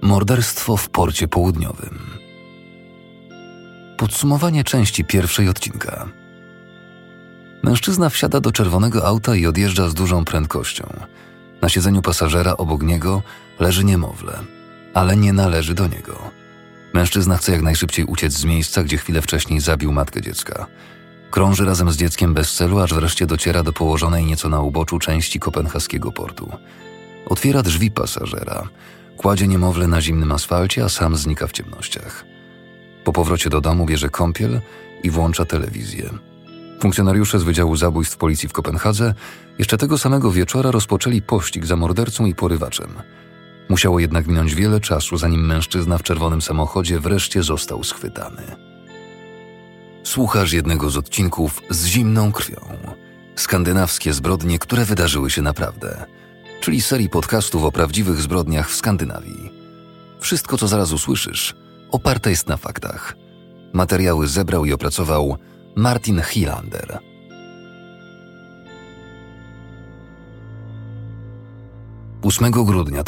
Morderstwo w Porcie Południowym. Podsumowanie części pierwszej odcinka. Mężczyzna wsiada do czerwonego auta i odjeżdża z dużą prędkością. Na siedzeniu pasażera obok niego leży niemowlę, ale nie należy do niego. Mężczyzna chce jak najszybciej uciec z miejsca, gdzie chwilę wcześniej zabił matkę dziecka. Krąży razem z dzieckiem bez celu, aż wreszcie dociera do położonej nieco na uboczu części kopenhaskiego portu. Otwiera drzwi pasażera, kładzie niemowlę na zimnym asfalcie, a sam znika w ciemnościach. Po powrocie do domu bierze kąpiel i włącza telewizję. Funkcjonariusze z Wydziału Zabójstw Policji w Kopenhadze jeszcze tego samego wieczora rozpoczęli pościg za mordercą i porywaczem. Musiało jednak minąć wiele czasu, zanim mężczyzna w czerwonym samochodzie wreszcie został schwytany. Słuchasz jednego z odcinków z zimną krwią. Skandynawskie zbrodnie, które wydarzyły się naprawdę. Czyli serii podcastów o prawdziwych zbrodniach w Skandynawii. Wszystko, co zaraz usłyszysz, oparte jest na faktach. Materiały zebrał i opracował Martin Hylander. Ósmego grudnia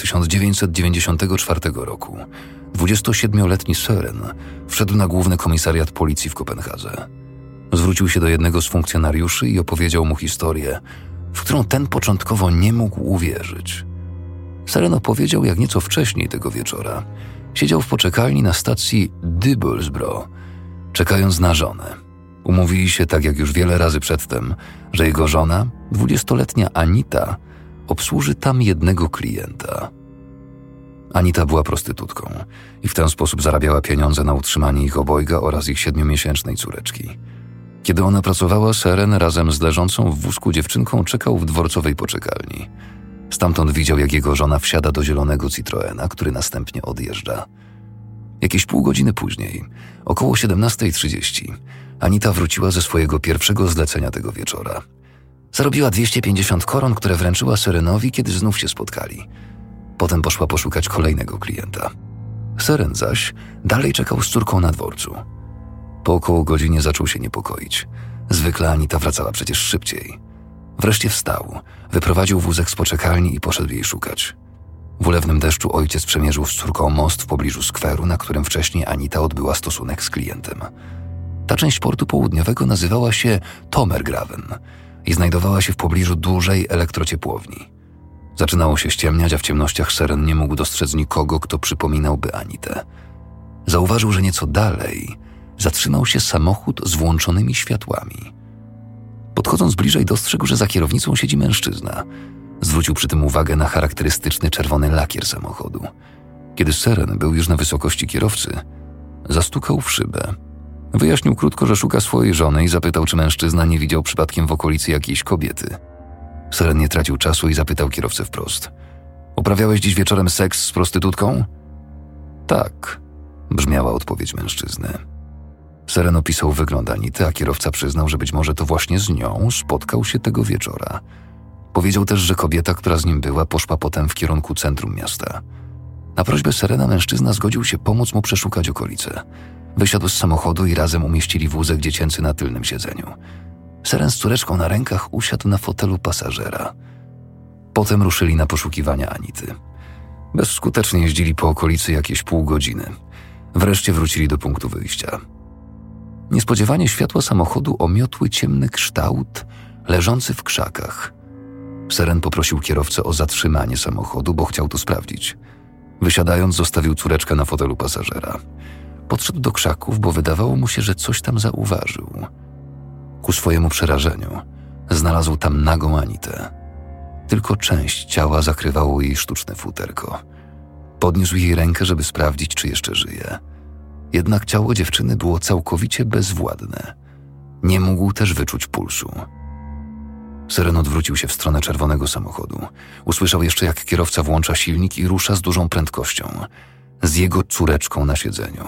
1994 roku 27-letni Søren wszedł na główny komisariat policji w Kopenhadze. Zwrócił się do jednego z funkcjonariuszy i opowiedział mu historię, w którą ten początkowo nie mógł uwierzyć. Søren opowiedział, jak nieco wcześniej tego wieczora siedział w poczekalni na stacji Dybulsbro, czekając na żonę. Umówili się, tak jak już wiele razy przedtem, że jego żona, 20-letnia Anita, obsłuży tam jednego klienta. Anita była prostytutką i w ten sposób zarabiała pieniądze na utrzymanie ich obojga oraz ich 7-miesięcznej córeczki. Kiedy ona pracowała, Søren razem z leżącą w wózku dziewczynką czekał w dworcowej poczekalni. Stamtąd widział, jak jego żona wsiada do zielonego Citroena, który następnie odjeżdża. Jakieś pół godziny później, około 17:30, Anita wróciła ze swojego pierwszego zlecenia tego wieczora. Zarobiła 250 koron, które wręczyła Sørenowi, kiedy znów się spotkali. Potem poszła poszukać kolejnego klienta. Søren zaś dalej czekał z córką na dworcu. Po około godzinie zaczął się niepokoić. Zwykle Anita wracała przecież szybciej. Wreszcie wstał, wyprowadził wózek z poczekalni i poszedł jej szukać. W ulewnym deszczu ojciec przemierzył z córką most w pobliżu skweru, na którym wcześniej Anita odbyła stosunek z klientem. Ta część portu południowego nazywała się Tomergraven i znajdowała się w pobliżu dużej elektrociepłowni. Zaczynało się ściemniać, a w ciemnościach Søren nie mógł dostrzec nikogo, kto przypominałby Anitę. Zauważył, że nieco dalej zatrzymał się samochód z włączonymi światłami. Podchodząc bliżej, dostrzegł, że za kierownicą siedzi mężczyzna. Zwrócił przy tym uwagę na charakterystyczny czerwony lakier samochodu. Kiedy Søren był już na wysokości kierowcy, zastukał w szybę. Wyjaśnił krótko, że szuka swojej żony i zapytał, czy mężczyzna nie widział przypadkiem w okolicy jakiejś kobiety. Søren nie tracił czasu i zapytał kierowcę wprost. Uprawiałeś dziś wieczorem seks z prostytutką? Tak, brzmiała odpowiedź mężczyzny. Søren opisał wygląd Anity, a kierowca przyznał, że być może to właśnie z nią spotkał się tego wieczora. Powiedział też, że kobieta, która z nim była, poszła potem w kierunku centrum miasta. Na prośbę Sørena mężczyzna zgodził się pomóc mu przeszukać okolice. Wysiadł z samochodu i razem umieścili wózek dziecięcy na tylnym siedzeniu. Søren z córeczką na rękach usiadł na fotelu pasażera. Potem ruszyli na poszukiwania Anity. Bezskutecznie jeździli po okolicy jakieś pół godziny. Wreszcie wrócili do punktu wyjścia. Niespodziewanie światła samochodu omiotły ciemny kształt leżący w krzakach. Søren poprosił kierowcę o zatrzymanie samochodu, bo chciał to sprawdzić. Wysiadając, zostawił córeczkę na fotelu pasażera. Podszedł do krzaków, bo wydawało mu się, że coś tam zauważył. Ku swojemu przerażeniu znalazł tam nagą Anitę. Tylko część ciała zakrywało jej sztuczne futerko. Podniósł jej rękę, żeby sprawdzić, czy jeszcze żyje. Jednak ciało dziewczyny było całkowicie bezwładne. Nie mógł też wyczuć pulsu. Søren odwrócił się w stronę czerwonego samochodu. Usłyszał jeszcze, jak kierowca włącza silnik i rusza z dużą prędkością, z jego córeczką na siedzeniu.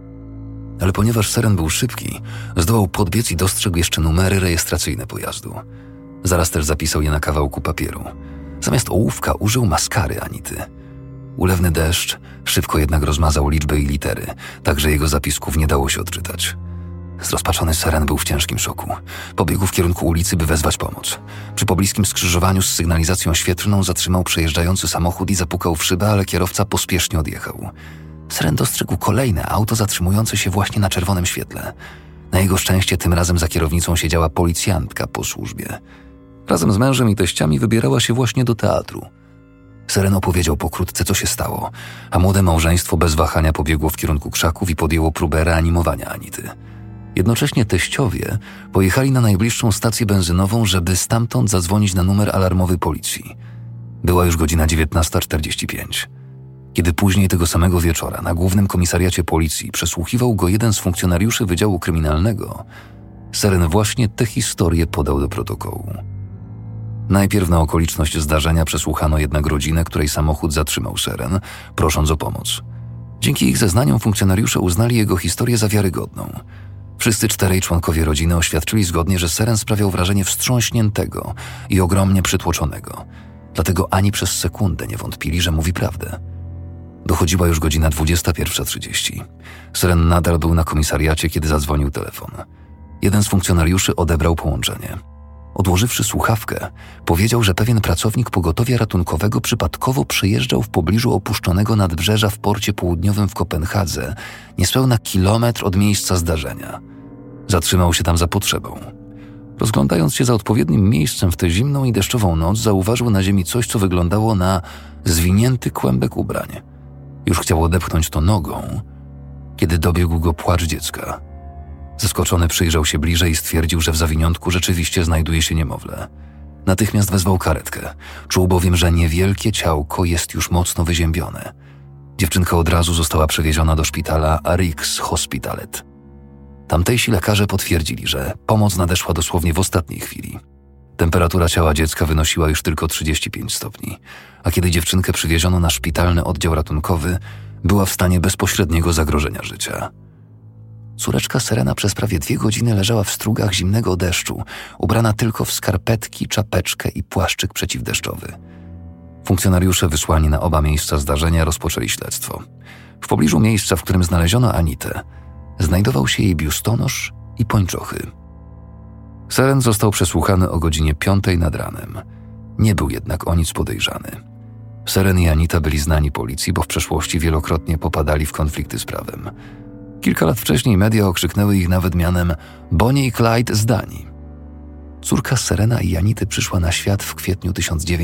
Ale ponieważ Søren był szybki, zdołał podbiec i dostrzegł jeszcze numery rejestracyjne pojazdu. Zaraz też zapisał je na kawałku papieru. Zamiast ołówka użył maskary Anity. Ulewny deszcz szybko jednak rozmazał liczby i litery, tak że jego zapisków nie dało się odczytać. Zrozpaczony Seren był w ciężkim szoku. Pobiegł w kierunku ulicy, by wezwać pomoc. Przy pobliskim skrzyżowaniu z sygnalizacją świetlną zatrzymał przejeżdżający samochód i zapukał w szybę, ale kierowca pospiesznie odjechał. Seren dostrzegł kolejne auto zatrzymujące się właśnie na czerwonym świetle. Na jego szczęście tym razem za kierownicą siedziała policjantka po służbie. Razem z mężem i teściami wybierała się właśnie do teatru. Seren opowiedział pokrótce, co się stało, a młode małżeństwo bez wahania pobiegło w kierunku krzaków i podjęło próbę reanimowania Anity. Jednocześnie teściowie pojechali na najbliższą stację benzynową, żeby stamtąd zadzwonić na numer alarmowy policji. Była już godzina 19:45. Kiedy później tego samego wieczora na głównym komisariacie policji przesłuchiwał go jeden z funkcjonariuszy Wydziału Kryminalnego, Seren właśnie tę historię podał do protokołu. Najpierw na okoliczność zdarzenia przesłuchano jednak rodzinę, której samochód zatrzymał Seren, prosząc o pomoc. Dzięki ich zeznaniom funkcjonariusze uznali jego historię za wiarygodną. Wszyscy 4 członkowie rodziny oświadczyli zgodnie, że Seren sprawiał wrażenie wstrząśniętego i ogromnie przytłoczonego. Dlatego ani przez sekundę nie wątpili, że mówi prawdę. Dochodziła już godzina 21:30. Seren nadal był na komisariacie, kiedy zadzwonił telefon. Jeden z funkcjonariuszy odebrał połączenie. Odłożywszy słuchawkę, powiedział, że pewien pracownik pogotowia ratunkowego przypadkowo przejeżdżał w pobliżu opuszczonego nadbrzeża w porcie południowym w Kopenhadze, niespełna kilometr od miejsca zdarzenia. Zatrzymał się tam za potrzebą. Rozglądając się za odpowiednim miejscem w tę zimną i deszczową noc, zauważył na ziemi coś, co wyglądało na zwinięty kłębek ubrań. Już chciał odepchnąć to nogą, kiedy dobiegł go płacz dziecka. Zaskoczony przyjrzał się bliżej i stwierdził, że w zawiniątku rzeczywiście znajduje się niemowlę. Natychmiast wezwał karetkę. Czuł bowiem, że niewielkie ciałko jest już mocno wyziębione. Dziewczynka od razu została przewieziona do szpitala Rikshospitalet. Tamtejsi lekarze potwierdzili, że pomoc nadeszła dosłownie w ostatniej chwili. Temperatura ciała dziecka wynosiła już tylko 35 stopni, a kiedy dziewczynkę przywieziono na szpitalny oddział ratunkowy, była w stanie bezpośredniego zagrożenia życia. Córeczka Serena przez prawie 2 godziny leżała w strugach zimnego deszczu, ubrana tylko w skarpetki, czapeczkę i płaszczyk przeciwdeszczowy. Funkcjonariusze wysłani na oba miejsca zdarzenia rozpoczęli śledztwo. W pobliżu miejsca, w którym znaleziono Anitę, znajdował się jej biustonosz i pończochy. Seren został przesłuchany o godzinie 5 nad ranem. Nie był jednak o nic podejrzany. Seren i Anita byli znani policji, bo w przeszłości wielokrotnie popadali w konflikty z prawem. Kilka lat wcześniej media okrzyknęły ich nawet mianem Bonnie i Clyde z Danii. Córka Serena i Anity przyszła na świat w kwietniu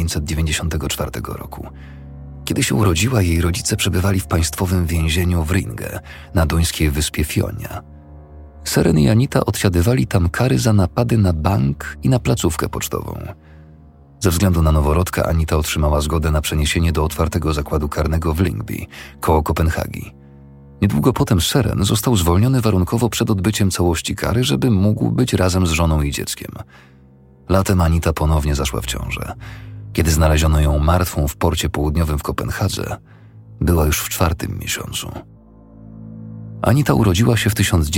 1994 roku. Kiedy się urodziła, jej rodzice przebywali w państwowym więzieniu w Ringe, na duńskiej wyspie Fionia. Seren i Anita odsiadywali tam kary za napady na bank i na placówkę pocztową. Ze względu na noworodka Anita otrzymała zgodę na przeniesienie do otwartego zakładu karnego w Lyngby, koło Kopenhagi. Niedługo potem Seren został zwolniony warunkowo przed odbyciem całości kary, żeby mógł być razem z żoną i dzieckiem. Latem Anita ponownie zaszła w ciążę. Kiedy znaleziono ją martwą w porcie południowym w Kopenhadze, była już w 4. miesiącu. Anita urodziła się w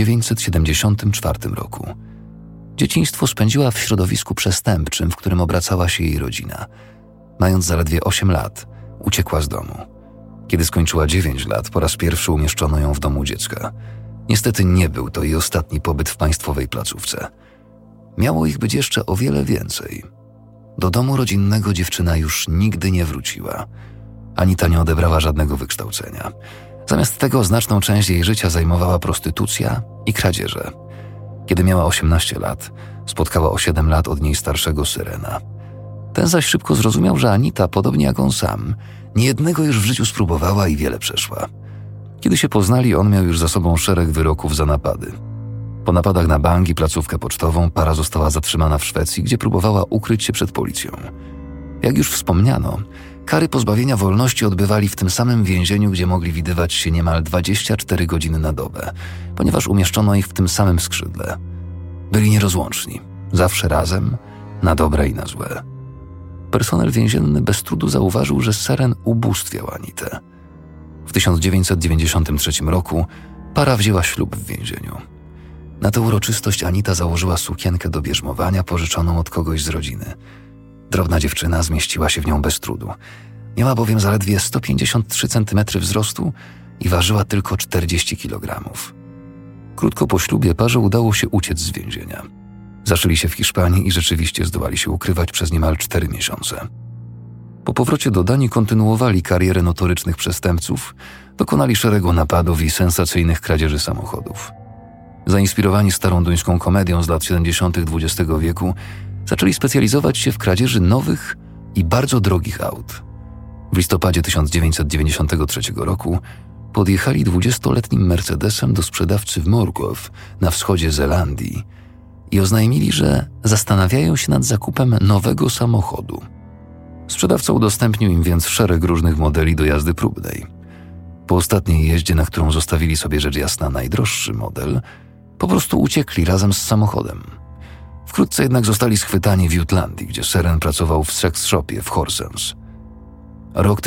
1974 roku. Dzieciństwo spędziła w środowisku przestępczym, w którym obracała się jej rodzina. Mając zaledwie 8 lat, uciekła z domu. Kiedy skończyła 9 lat, po raz pierwszy umieszczono ją w domu dziecka. Niestety nie był to jej ostatni pobyt w państwowej placówce. Miało ich być jeszcze o wiele więcej. Do domu rodzinnego dziewczyna już nigdy nie wróciła. Anita nie odebrała żadnego wykształcenia. Zamiast tego znaczną część jej życia zajmowała prostytucja i kradzieże. Kiedy miała 18 lat, spotkała o 7 lat od niej starszego Serena. Ten zaś szybko zrozumiał, że Anita, podobnie jak on sam, niejednego już w życiu spróbowała i wiele przeszła. Kiedy się poznali, on miał już za sobą szereg wyroków za napady. Po napadach na bank i placówkę pocztową para została zatrzymana w Szwecji, gdzie próbowała ukryć się przed policją. Jak już wspomniano, kary pozbawienia wolności odbywali w tym samym więzieniu, gdzie mogli widywać się niemal 24 godziny na dobę, ponieważ umieszczono ich w tym samym skrzydle. Byli nierozłączni, zawsze razem, na dobre i na złe. Personel więzienny bez trudu zauważył, że Seren ubóstwiał Anitę. W 1993 roku para wzięła ślub w więzieniu. Na tę uroczystość Anita założyła sukienkę do bierzmowania pożyczoną od kogoś z rodziny. Drobna dziewczyna zmieściła się w nią bez trudu. Miała bowiem zaledwie 153 cm wzrostu i ważyła tylko 40 kg. Krótko po ślubie parze udało się uciec z więzienia. Zaszyli się w Hiszpanii i rzeczywiście zdołali się ukrywać przez niemal 4 miesiące. Po powrocie do Danii kontynuowali karierę notorycznych przestępców, dokonali szeregu napadów i sensacyjnych kradzieży samochodów. Zainspirowani starą duńską komedią z lat 70. XX wieku, zaczęli specjalizować się w kradzieży nowych i bardzo drogich aut. W listopadzie 1993 roku podjechali 20-letnim Mercedesem do sprzedawcy w Morgoth na wschodzie Zelandii i oznajmili, że zastanawiają się nad zakupem nowego samochodu. Sprzedawca udostępnił im więc szereg różnych modeli do jazdy próbnej. Po ostatniej jeździe, na którą zostawili sobie rzecz jasna najdroższy model, po prostu uciekli razem z samochodem. Wkrótce jednak zostali schwytani w Jutlandii, gdzie Seren pracował w sex shopie w Horsens. Rok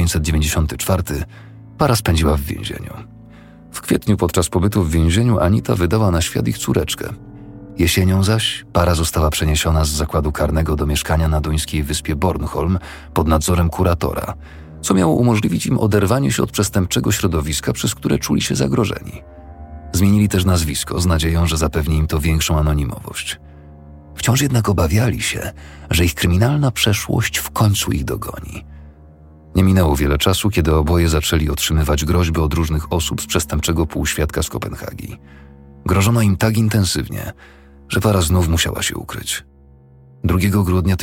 1994 para spędziła w więzieniu. W kwietniu podczas pobytu w więzieniu Anita wydała na świat ich córeczkę. Jesienią zaś para została przeniesiona z zakładu karnego do mieszkania na duńskiej wyspie Bornholm pod nadzorem kuratora, co miało umożliwić im oderwanie się od przestępczego środowiska, przez które czuli się zagrożeni. Zmienili też nazwisko z nadzieją, że zapewni im to większą anonimowość. Wciąż jednak obawiali się, że ich kryminalna przeszłość w końcu ich dogoni. Nie minęło wiele czasu, kiedy oboje zaczęli otrzymywać groźby od różnych osób z przestępczego półświadka z Kopenhagi. Grożono im tak intensywnie, że para znów musiała się ukryć. 2 grudnia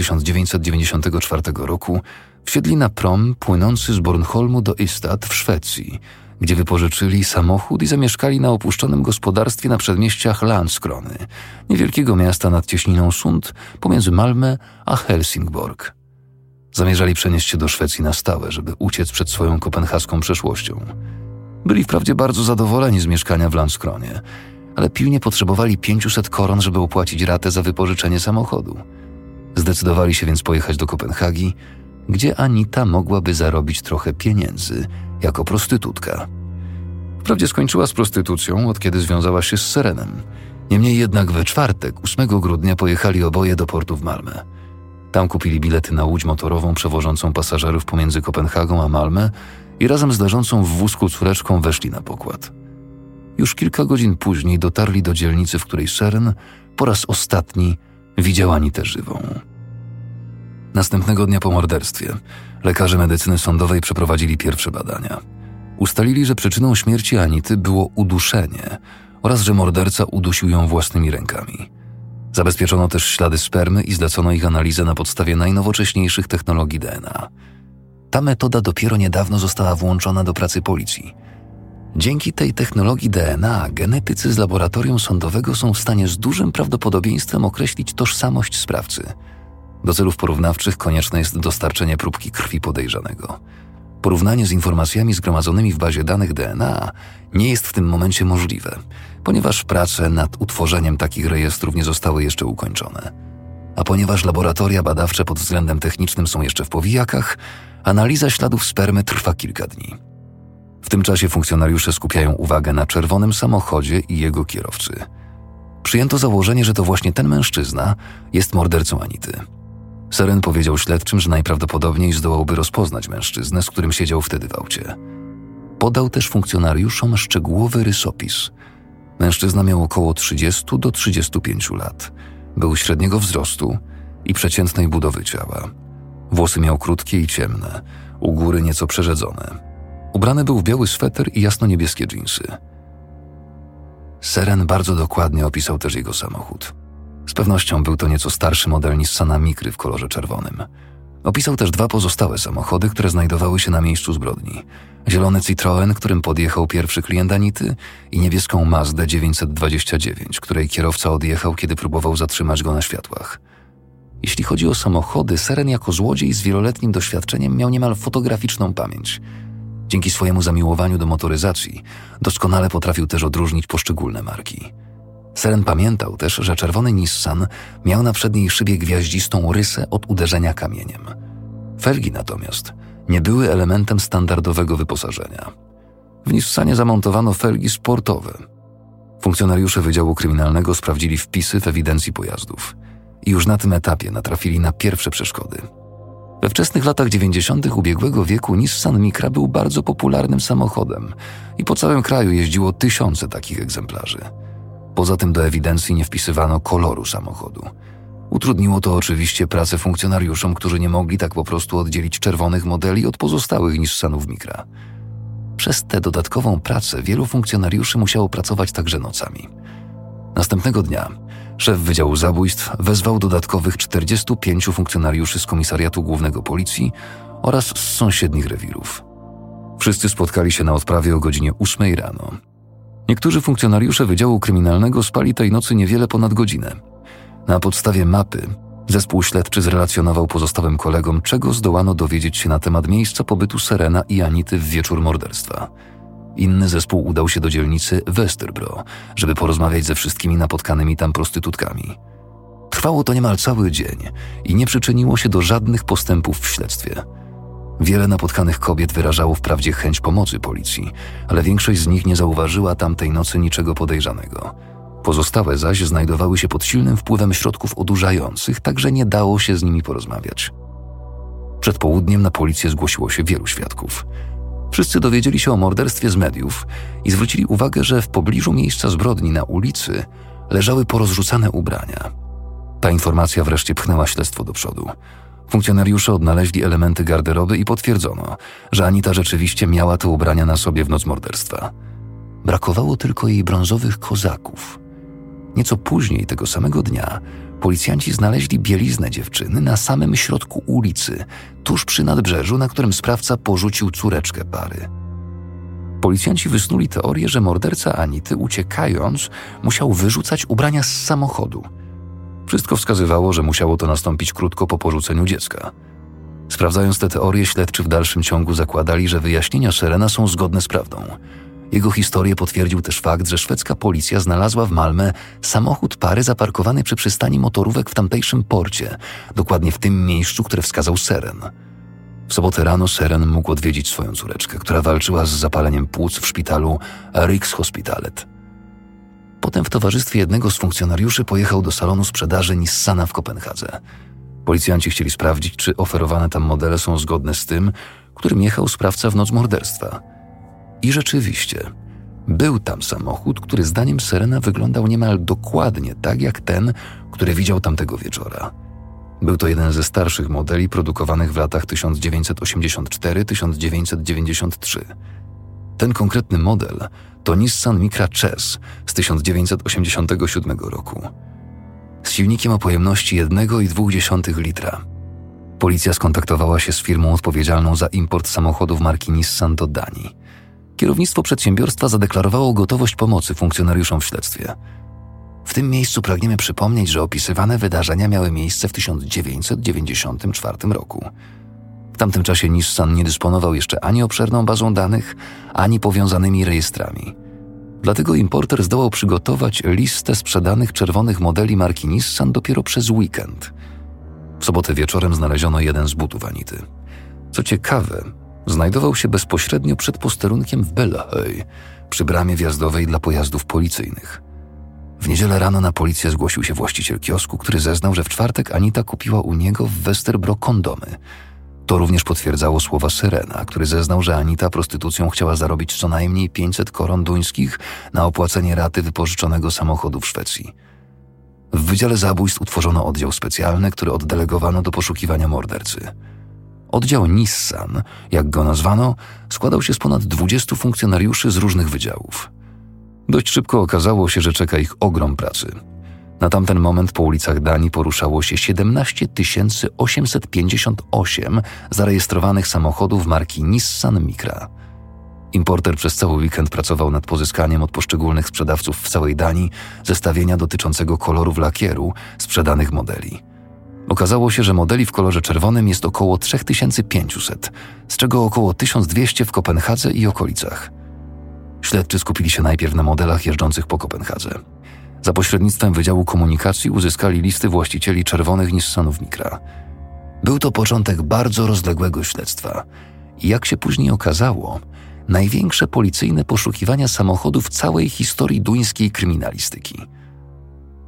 1994 roku wsiedli na prom płynący z Bornholmu do Ystad w Szwecji, gdzie wypożyczyli samochód i zamieszkali na opuszczonym gospodarstwie na przedmieściach Landskrony, niewielkiego miasta nad cieśniną Sund pomiędzy Malmö a Helsingborg. Zamierzali przenieść się do Szwecji na stałe, żeby uciec przed swoją kopenhaską przeszłością. Byli wprawdzie bardzo zadowoleni z mieszkania w Landskronie, ale pilnie potrzebowali 500 koron, żeby opłacić ratę za wypożyczenie samochodu. Zdecydowali się więc pojechać do Kopenhagi, gdzie Anita mogłaby zarobić trochę pieniędzy jako prostytutka. Wprawdzie skończyła z prostytucją, od kiedy związała się z Serenem. Niemniej jednak we czwartek, 8 grudnia, pojechali oboje do portu w Malmö. Tam kupili bilety na łódź motorową przewożącą pasażerów pomiędzy Kopenhagą a Malmö i razem z leżącą w wózku córeczką weszli na pokład. Już kilka godzin później dotarli do dzielnicy, w której Seren po raz ostatni widział Anitę żywą. Następnego dnia po morderstwie lekarze medycyny sądowej przeprowadzili pierwsze badania. Ustalili, że przyczyną śmierci Anity było uduszenie oraz że morderca udusił ją własnymi rękami. Zabezpieczono też ślady spermy i zlecono ich analizę na podstawie najnowocześniejszych technologii DNA. Ta metoda dopiero niedawno została włączona do pracy policji. Dzięki tej technologii DNA genetycy z laboratorium sądowego są w stanie z dużym prawdopodobieństwem określić tożsamość sprawcy. Do celów porównawczych konieczne jest dostarczenie próbki krwi podejrzanego. Porównanie z informacjami zgromadzonymi w bazie danych DNA nie jest w tym momencie możliwe, ponieważ prace nad utworzeniem takich rejestrów nie zostały jeszcze ukończone. A ponieważ laboratoria badawcze pod względem technicznym są jeszcze w powijakach, analiza śladów spermy trwa kilka dni. W tym czasie funkcjonariusze skupiają uwagę na czerwonym samochodzie i jego kierowcy. Przyjęto założenie, że to właśnie ten mężczyzna jest mordercą Anity. Seren powiedział śledczym, że najprawdopodobniej zdołałby rozpoznać mężczyznę, z którym siedział wtedy w aucie. Podał też funkcjonariuszom szczegółowy rysopis. Mężczyzna miał około 30 do 35 lat. Był średniego wzrostu i przeciętnej budowy ciała. Włosy miał krótkie i ciemne, u góry nieco przerzedzone. Ubrany był w biały sweter i jasno-niebieskie dżinsy. Seren bardzo dokładnie opisał też jego samochód. Z pewnością był to nieco starszy model Nissana Micry w kolorze czerwonym. Opisał też 2 pozostałe samochody, które znajdowały się na miejscu zbrodni. Zielony Citroën, którym podjechał pierwszy klient Anity, i niebieską Mazdę 929, której kierowca odjechał, kiedy próbował zatrzymać go na światłach. Jeśli chodzi o samochody, Seren jako złodziej z wieloletnim doświadczeniem miał niemal fotograficzną pamięć. Dzięki swojemu zamiłowaniu do motoryzacji doskonale potrafił też odróżnić poszczególne marki. Seren pamiętał też, że czerwony Nissan miał na przedniej szybie gwiaździstą rysę od uderzenia kamieniem. Felgi natomiast nie były elementem standardowego wyposażenia. W Nissanie zamontowano felgi sportowe. Funkcjonariusze Wydziału Kryminalnego sprawdzili wpisy w ewidencji pojazdów i już na tym etapie natrafili na pierwsze przeszkody. We wczesnych latach 90. ubiegłego wieku Nissan Micra był bardzo popularnym samochodem i po całym kraju jeździło tysiące takich egzemplarzy. Poza tym do ewidencji nie wpisywano koloru samochodu. Utrudniło to oczywiście pracę funkcjonariuszom, którzy nie mogli tak po prostu oddzielić czerwonych modeli od pozostałych Nissanów Micra. Przez tę dodatkową pracę wielu funkcjonariuszy musiało pracować także nocami. Następnego dnia szef Wydziału Zabójstw wezwał dodatkowych 45 funkcjonariuszy z Komisariatu Głównego Policji oraz z sąsiednich rewirów. Wszyscy spotkali się na odprawie o godzinie 8 rano. Niektórzy funkcjonariusze Wydziału Kryminalnego spali tej nocy niewiele ponad godzinę. Na podstawie mapy zespół śledczy zrelacjonował pozostałym kolegom, czego zdołano dowiedzieć się na temat miejsca pobytu Serena i Anity w wieczór morderstwa. Inny zespół udał się do dzielnicy Westerbro, żeby porozmawiać ze wszystkimi napotkanymi tam prostytutkami. Trwało to niemal cały dzień i nie przyczyniło się do żadnych postępów w śledztwie. Wiele napotkanych kobiet wyrażało wprawdzie chęć pomocy policji, ale większość z nich nie zauważyła tamtej nocy niczego podejrzanego. Pozostałe zaś znajdowały się pod silnym wpływem środków odurzających, tak że nie dało się z nimi porozmawiać. Przed południem na policję zgłosiło się wielu świadków. Wszyscy dowiedzieli się o morderstwie z mediów i zwrócili uwagę, że w pobliżu miejsca zbrodni na ulicy leżały porozrzucane ubrania. Ta informacja wreszcie pchnęła śledztwo do przodu. Funkcjonariusze odnaleźli elementy garderoby i potwierdzono, że Anita rzeczywiście miała te ubrania na sobie w noc morderstwa. Brakowało tylko jej brązowych kozaków. Nieco później tego samego dnia policjanci znaleźli bieliznę dziewczyny na samym środku ulicy, tuż przy nadbrzeżu, na którym sprawca porzucił córeczkę pary. Policjanci wysnuli teorię, że morderca Anity, uciekając, musiał wyrzucać ubrania z samochodu. Wszystko wskazywało, że musiało to nastąpić krótko po porzuceniu dziecka. Sprawdzając tę teorię, śledczy w dalszym ciągu zakładali, że wyjaśnienia Serena są zgodne z prawdą. Jego historię potwierdził też fakt, że szwedzka policja znalazła w Malmö samochód pary zaparkowany przy przystani motorówek w tamtejszym porcie, dokładnie w tym miejscu, które wskazał Seren. W sobotę rano Seren mógł odwiedzić swoją córeczkę, która walczyła z zapaleniem płuc w szpitalu Rikshospitalet. Potem w towarzystwie jednego z funkcjonariuszy pojechał do salonu sprzedaży Nissana w Kopenhadze. Policjanci chcieli sprawdzić, czy oferowane tam modele są zgodne z tym, którym jechał sprawca w noc morderstwa. I rzeczywiście, był tam samochód, który zdaniem Serena wyglądał niemal dokładnie tak jak ten, który widział tamtego wieczora. Był to jeden ze starszych modeli produkowanych w latach 1984-1993. Ten konkretny model to Nissan Micra Chess z 1987 roku. Z silnikiem o pojemności 1,2 litra. Policja skontaktowała się z firmą odpowiedzialną za import samochodów marki Nissan do Danii. Kierownictwo przedsiębiorstwa zadeklarowało gotowość pomocy funkcjonariuszom w śledztwie. W tym miejscu pragniemy przypomnieć, że opisywane wydarzenia miały miejsce w 1994 roku. W tamtym czasie Nissan nie dysponował jeszcze ani obszerną bazą danych, ani powiązanymi rejestrami. Dlatego importer zdołał przygotować listę sprzedanych czerwonych modeli marki Nissan dopiero przez weekend. W sobotę wieczorem znaleziono jeden z butów Anity. Co ciekawe, znajdował się bezpośrednio przed posterunkiem w Bellahöj, przy bramie wjazdowej dla pojazdów policyjnych. W niedzielę rano na policję zgłosił się właściciel kiosku, który zeznał, że w czwartek Anita kupiła u niego w Westerbro kondomy. To również potwierdzało słowa Serena, który zeznał, że Anita prostytucją chciała zarobić co najmniej 500 koron duńskich na opłacenie raty wypożyczonego samochodu w Szwecji. W Wydziale Zabójstw utworzono oddział specjalny, który oddelegowano do poszukiwania mordercy. Oddział Nissan, jak go nazwano, składał się z ponad 20 funkcjonariuszy z różnych wydziałów. Dość szybko okazało się, że czeka ich ogrom pracy. Na tamten moment po ulicach Danii poruszało się 17 858 zarejestrowanych samochodów marki Nissan Micra. Importer przez cały weekend pracował nad pozyskaniem od poszczególnych sprzedawców w całej Danii zestawienia dotyczącego kolorów lakieru sprzedanych modeli. Okazało się, że modeli w kolorze czerwonym jest około 3500, z czego około 1200 w Kopenhadze i okolicach. Śledczy skupili się najpierw na modelach jeżdżących po Kopenhadze. Za pośrednictwem Wydziału Komunikacji uzyskali listy właścicieli czerwonych Nissanów Micra. Był to początek bardzo rozległego śledztwa i jak się później okazało, największe policyjne poszukiwania samochodu w całej historii duńskiej kryminalistyki.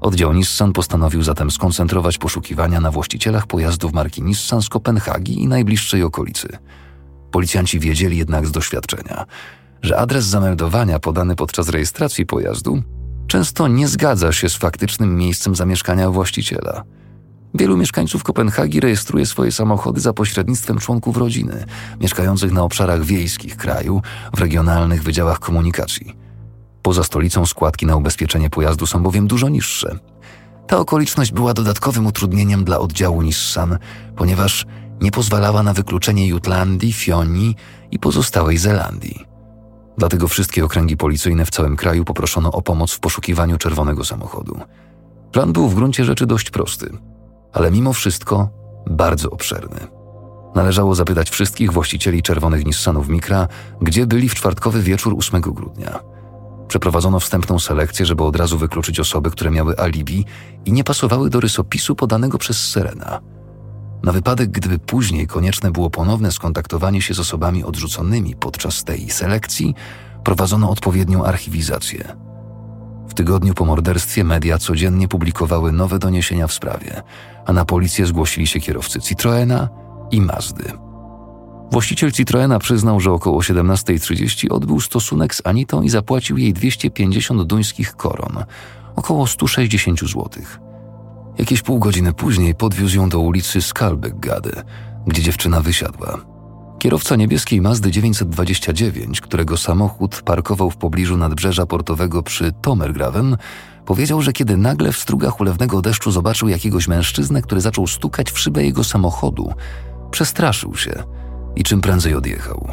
Oddział Nissan postanowił zatem skoncentrować poszukiwania na właścicielach pojazdów marki Nissan z Kopenhagi i najbliższej okolicy. Policjanci wiedzieli jednak z doświadczenia, że adres zameldowania podany podczas rejestracji pojazdu często nie zgadza się z faktycznym miejscem zamieszkania właściciela. Wielu mieszkańców Kopenhagi rejestruje swoje samochody za pośrednictwem członków rodziny, mieszkających na obszarach wiejskich kraju, w regionalnych wydziałach komunikacji. Poza stolicą składki na ubezpieczenie pojazdu są bowiem dużo niższe. Ta okoliczność była dodatkowym utrudnieniem dla oddziału Nissan, ponieważ nie pozwalała na wykluczenie Jutlandii, Fionii i pozostałej Zelandii. Dlatego wszystkie okręgi policyjne w całym kraju poproszono o pomoc w poszukiwaniu czerwonego samochodu. Plan był w gruncie rzeczy dość prosty, ale mimo wszystko bardzo obszerny. Należało zapytać wszystkich właścicieli czerwonych Nissanów Micra, gdzie byli w czwartkowy wieczór 8 grudnia. Przeprowadzono wstępną selekcję, żeby od razu wykluczyć osoby, które miały alibi i nie pasowały do rysopisu podanego przez Serena. Na wypadek, gdyby później konieczne było ponowne skontaktowanie się z osobami odrzuconymi podczas tej selekcji, prowadzono odpowiednią archiwizację. W tygodniu po morderstwie media codziennie publikowały nowe doniesienia w sprawie, a na policję zgłosili się kierowcy Citroena i Mazdy. Właściciel Citroena przyznał, że około 17:30 odbył stosunek z Anitą i zapłacił jej 250 duńskich koron, około 160 zł. Jakieś pół godziny później podwiózł ją do ulicy Skalbækgade, gdzie dziewczyna wysiadła. Kierowca niebieskiej Mazdy 929, którego samochód parkował w pobliżu nadbrzeża portowego przy Tomergraven, powiedział, że kiedy nagle w strugach ulewnego deszczu zobaczył jakiegoś mężczyznę, który zaczął stukać w szybę jego samochodu, przestraszył się i czym prędzej odjechał.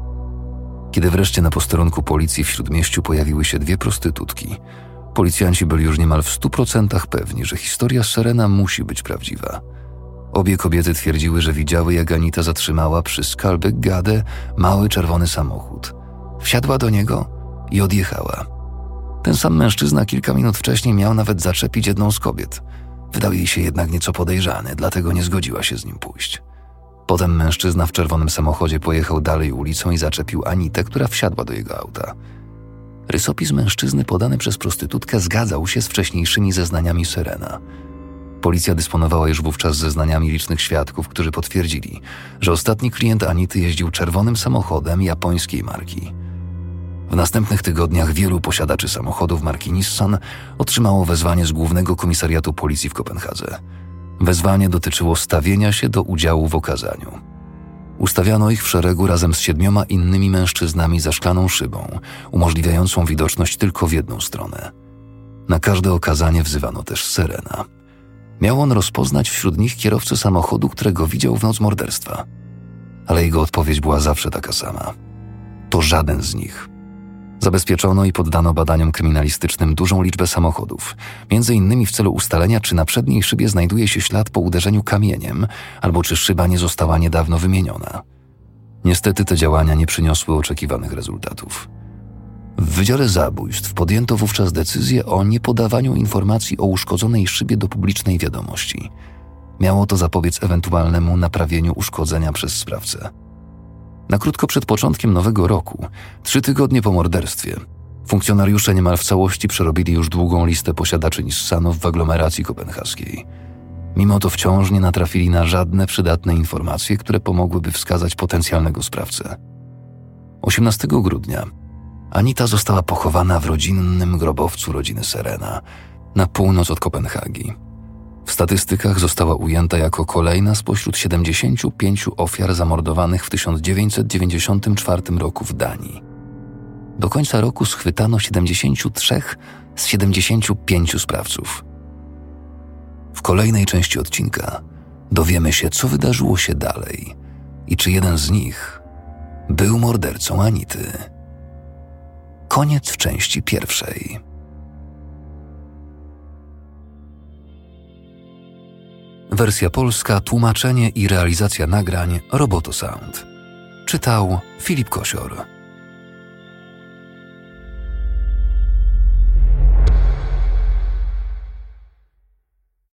Kiedy wreszcie na posterunku policji w Śródmieściu pojawiły się dwie prostytutki, policjanci byli już niemal w 100% pewni, że historia Serena musi być prawdziwa. Obie kobiety twierdziły, że widziały, jak Anita zatrzymała przy Skalbækgade mały czerwony samochód. Wsiadła do niego i odjechała. Ten sam mężczyzna kilka minut wcześniej miał nawet zaczepić jedną z kobiet. Wydał jej się jednak nieco podejrzany, dlatego nie zgodziła się z nim pójść. Potem mężczyzna w czerwonym samochodzie pojechał dalej ulicą i zaczepił Anitę, która wsiadła do jego auta. Rysopis mężczyzny podany przez prostytutkę zgadzał się z wcześniejszymi zeznaniami Serena. Policja dysponowała już wówczas zeznaniami licznych świadków, którzy potwierdzili, że ostatni klient Anity jeździł czerwonym samochodem japońskiej marki. W następnych tygodniach wielu posiadaczy samochodów marki Nissan otrzymało wezwanie z Głównego Komisariatu Policji w Kopenhadze. Wezwanie dotyczyło stawienia się do udziału w okazaniu. Ustawiano ich w szeregu razem z 7 innymi mężczyznami za szklaną szybą, umożliwiającą widoczność tylko w jedną stronę. Na każde okazanie wzywano też Serena. Miał on rozpoznać wśród nich kierowcę samochodu, którego widział w noc morderstwa. Ale jego odpowiedź była zawsze taka sama. To żaden z nich. Zabezpieczono i poddano badaniom kryminalistycznym dużą liczbę samochodów, między innymi w celu ustalenia, czy na przedniej szybie znajduje się ślad po uderzeniu kamieniem, albo czy szyba nie została niedawno wymieniona. Niestety te działania nie przyniosły oczekiwanych rezultatów. W Wydziale Zabójstw podjęto wówczas decyzję o niepodawaniu informacji o uszkodzonej szybie do publicznej wiadomości. Miało to zapobiec ewentualnemu naprawieniu uszkodzenia przez sprawcę. Na krótko przed początkiem nowego roku, 3 tygodnie po morderstwie, funkcjonariusze niemal w całości przerobili już długą listę posiadaczy Nissanów w aglomeracji kopenhaskiej. Mimo to wciąż nie natrafili na żadne przydatne informacje, które pomogłyby wskazać potencjalnego sprawcę. 18 grudnia Anita została pochowana w rodzinnym grobowcu rodziny Serena, na północ od Kopenhagi. W statystykach została ujęta jako kolejna spośród 75 ofiar zamordowanych w 1994 roku w Danii. Do końca roku schwytano 73 z 75 sprawców. W kolejnej części odcinka dowiemy się, co wydarzyło się dalej i czy jeden z nich był mordercą Anity. Koniec w części pierwszej. Wersja polska, tłumaczenie i realizacja nagrań Roboto Sound. Czytał Filip Kosior.